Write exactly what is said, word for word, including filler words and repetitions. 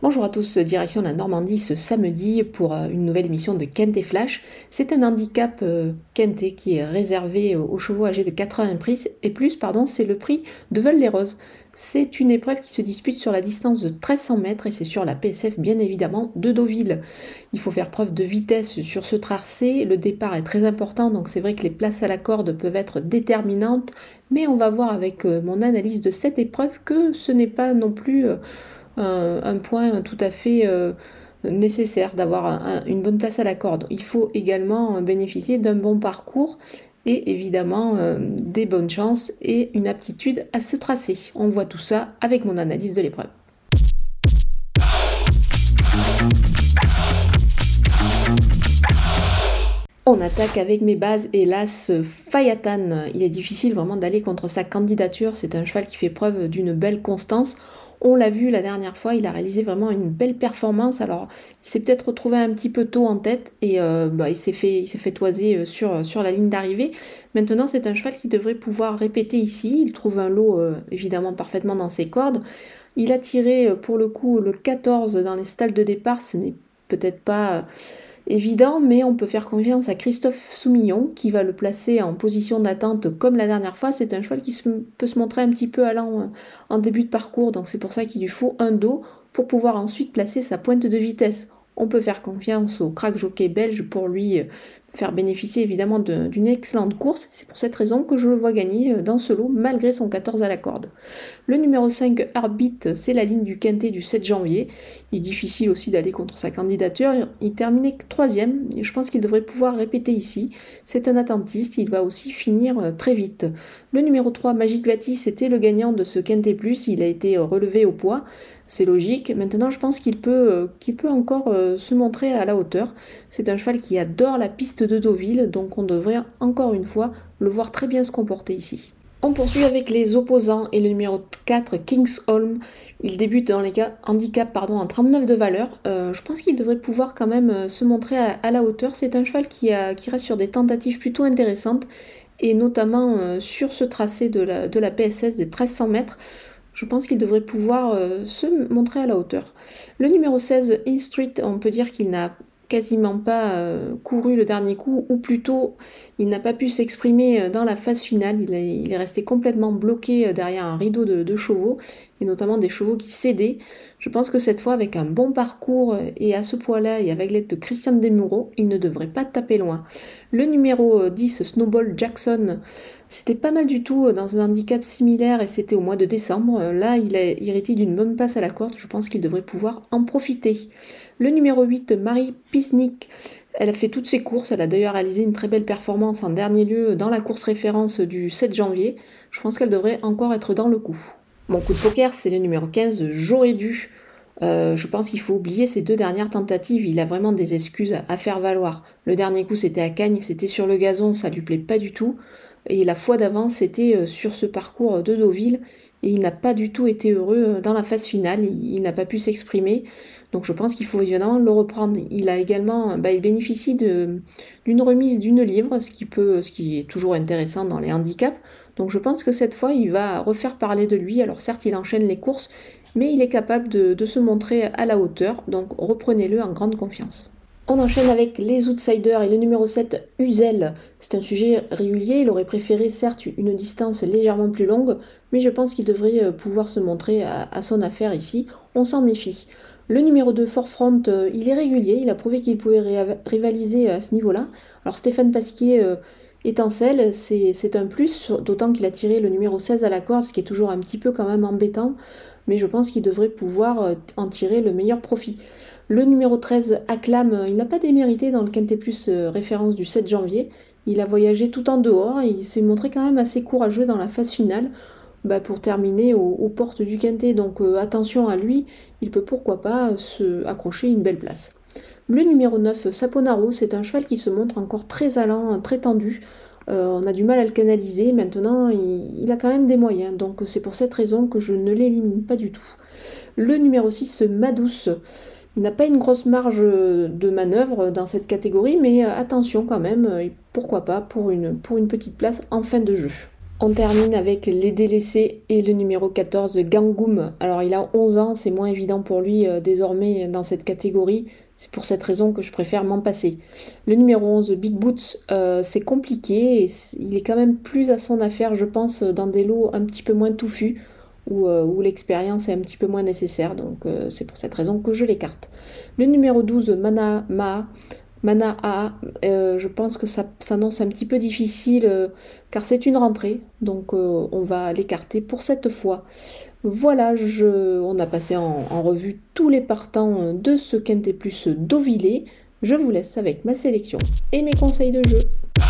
Bonjour à tous, direction la Normandie ce samedi pour euh, une nouvelle émission de Quintet Flash. C'est un handicap euh, Quintet qui est réservé aux chevaux âgés de quatre-vingts et plus, pardon, c'est le prix de Veules-les-Roses. C'est une épreuve qui se dispute sur la distance de treize cents mètres et c'est sur la P S F bien évidemment de Deauville. Il faut faire preuve de vitesse sur ce tracé, le départ est très important donc c'est vrai que les places à la corde peuvent être déterminantes, mais on va voir avec euh, mon analyse de cette épreuve que ce n'est pas non plus... Euh, un, un point tout à fait euh, nécessaire d'avoir un, un, une bonne place à la corde. Il faut également bénéficier d'un bon parcours et évidemment euh, des bonnes chances et une aptitude à se tracer. On voit tout ça avec mon analyse de l'épreuve. On attaque avec mes bases et l'As Fayatan. Il est difficile vraiment d'aller contre sa candidature. C'est un cheval qui fait preuve d'une belle constance. On l'a vu la dernière fois, il a réalisé vraiment une belle performance. Alors, il s'est peut-être retrouvé un petit peu tôt en tête et euh, bah, il s'est fait, il s'est fait toiser sur, sur la ligne d'arrivée. Maintenant, c'est un cheval qui devrait pouvoir répéter ici. Il trouve un lot euh, évidemment parfaitement dans ses cordes. Il a tiré pour le coup le quatorze dans les stalles de départ. Ce n'est peut-être pas... Euh, évident, mais on peut faire confiance à Christophe Soumillon qui va le placer en position d'attente comme la dernière fois. C'est un cheval qui se, peut se montrer un petit peu allant en début de parcours, donc c'est pour ça qu'il lui faut un dos pour pouvoir ensuite placer sa pointe de vitesse. On peut faire confiance au crack jockey belge pour lui faire bénéficier évidemment de, d'une excellente course. C'est pour cette raison que je le vois gagner dans ce lot malgré son quatorze à la corde. Le numéro cinq, Heartbeat, c'est la ligne du quintet du sept janvier. Il est difficile aussi d'aller contre sa candidature. Il terminait troisième. Je pense qu'il devrait pouvoir répéter ici. C'est un attentiste. Il va aussi finir très vite. Le numéro trois, Magic Vati, c'était le gagnant de ce quintet plus. Il a été relevé au poids. C'est logique. Maintenant, je pense qu'il peut, qu'il peut encore se montrer à la hauteur. C'est un cheval qui adore la piste de Deauville, donc on devrait encore une fois le voir très bien se comporter ici. On poursuit avec les opposants et le numéro quatre, Kingsholm. Il débute dans les handicaps pardon, en trente-neuf de valeur. Euh, je pense qu'il devrait pouvoir quand même se montrer à, à la hauteur. C'est un cheval qui, a, qui reste sur des tentatives plutôt intéressantes et notamment euh, sur ce tracé de la, de la P S S des treize cents mètres. Je pense qu'il devrait pouvoir euh, se montrer à la hauteur. Le numéro seize, In Street, on peut dire qu'il n'a quasiment pas euh, couru le dernier coup, ou plutôt il n'a pas pu s'exprimer dans la phase finale. Il est, il est resté complètement bloqué derrière un rideau de, de chevaux, et notamment des chevaux qui cédaient. Je pense que cette fois, avec un bon parcours et à ce poids-là, et avec l'aide de Christian Desmureaux, il ne devrait pas taper loin. Le numéro dix, Snowball Jackson, c'était pas mal du tout dans un handicap similaire et c'était au mois de décembre. Là, il a hérité d'une bonne place à la corde. Je pense qu'il devrait pouvoir en profiter. Le numéro huit, Marie Pisnik, elle a fait toutes ses courses. Elle a d'ailleurs réalisé une très belle performance en dernier lieu dans la course référence du sept janvier. Je pense qu'elle devrait encore être dans le coup. Mon coup de poker, c'est le numéro quinze, J'aurais dû. Euh, je pense qu'il faut oublier ces deux dernières tentatives. Il a vraiment des excuses à, à faire valoir. Le dernier coup, c'était à Cagnes, c'était sur le gazon, ça lui plaît pas du tout. Et la fois d'avant, c'était sur ce parcours de Deauville. Et il n'a pas du tout été heureux dans la phase finale. Il, il n'a pas pu s'exprimer. Donc je pense qu'il faut évidemment le reprendre. Il a également, bah, il bénéficie de, d'une remise d'une livre, ce qui peut, ce qui est toujours intéressant dans les handicaps. Donc je pense que cette fois, il va refaire parler de lui. Alors certes, il enchaîne les courses, mais il est capable de, de se montrer à la hauteur. Donc reprenez-le en grande confiance. On enchaîne avec les outsiders et le numéro sept, Uzel. C'est un sujet régulier, il aurait préféré certes une distance légèrement plus longue, mais je pense qu'il devrait pouvoir se montrer à, à son affaire ici. On s'en méfie. Le numéro deux, Forefront, euh, il est régulier, il a prouvé qu'il pouvait ré- rivaliser à ce niveau-là. Alors Stéphane Pasquier euh, étincelle, c'est, c'est un plus, d'autant qu'il a tiré le numéro seize à la corde, ce qui est toujours un petit peu quand même embêtant, mais je pense qu'il devrait pouvoir euh, en tirer le meilleur profit. Le numéro treize, Acclam, il n'a pas démérité dans le Quintet Plus euh, référence du sept janvier. Il a voyagé tout en dehors et il s'est montré quand même assez courageux dans la phase finale bah, pour terminer aux, aux portes du Quintet. Donc euh, attention à lui, il peut pourquoi pas se accrocher une belle place. Le numéro neuf, Saponaro, c'est un cheval qui se montre encore très allant, très tendu. Euh, on a du mal à le canaliser. Maintenant, il, il a quand même des moyens. Donc c'est pour cette raison que je ne l'élimine pas du tout. Le numéro six, Madouce. Il n'a pas une grosse marge de manœuvre dans cette catégorie, mais attention quand même, pourquoi pas pour une, pour une petite place en fin de jeu. On termine avec les délaissés et le numéro quatorze, Gangoum. Alors il a onze ans, c'est moins évident pour lui euh, désormais dans cette catégorie. C'est pour cette raison que je préfère m'en passer. Le numéro onze, Big Boots, euh, c'est compliqué. Et il est quand même plus à son affaire, je pense, dans des lots un petit peu moins touffus, où, euh, où l'expérience est un petit peu moins nécessaire. Donc euh, c'est pour cette raison que je l'écarte. Le numéro douze, Mana Ma. Mana A, euh, je pense que ça s'annonce un petit peu difficile euh, car c'est une rentrée, donc euh, on va l'écarter pour cette fois. Voilà, je, on a passé en, en revue tous les partants de ce Quintet Plus Deauvillé. Je vous laisse avec ma sélection et mes conseils de jeu.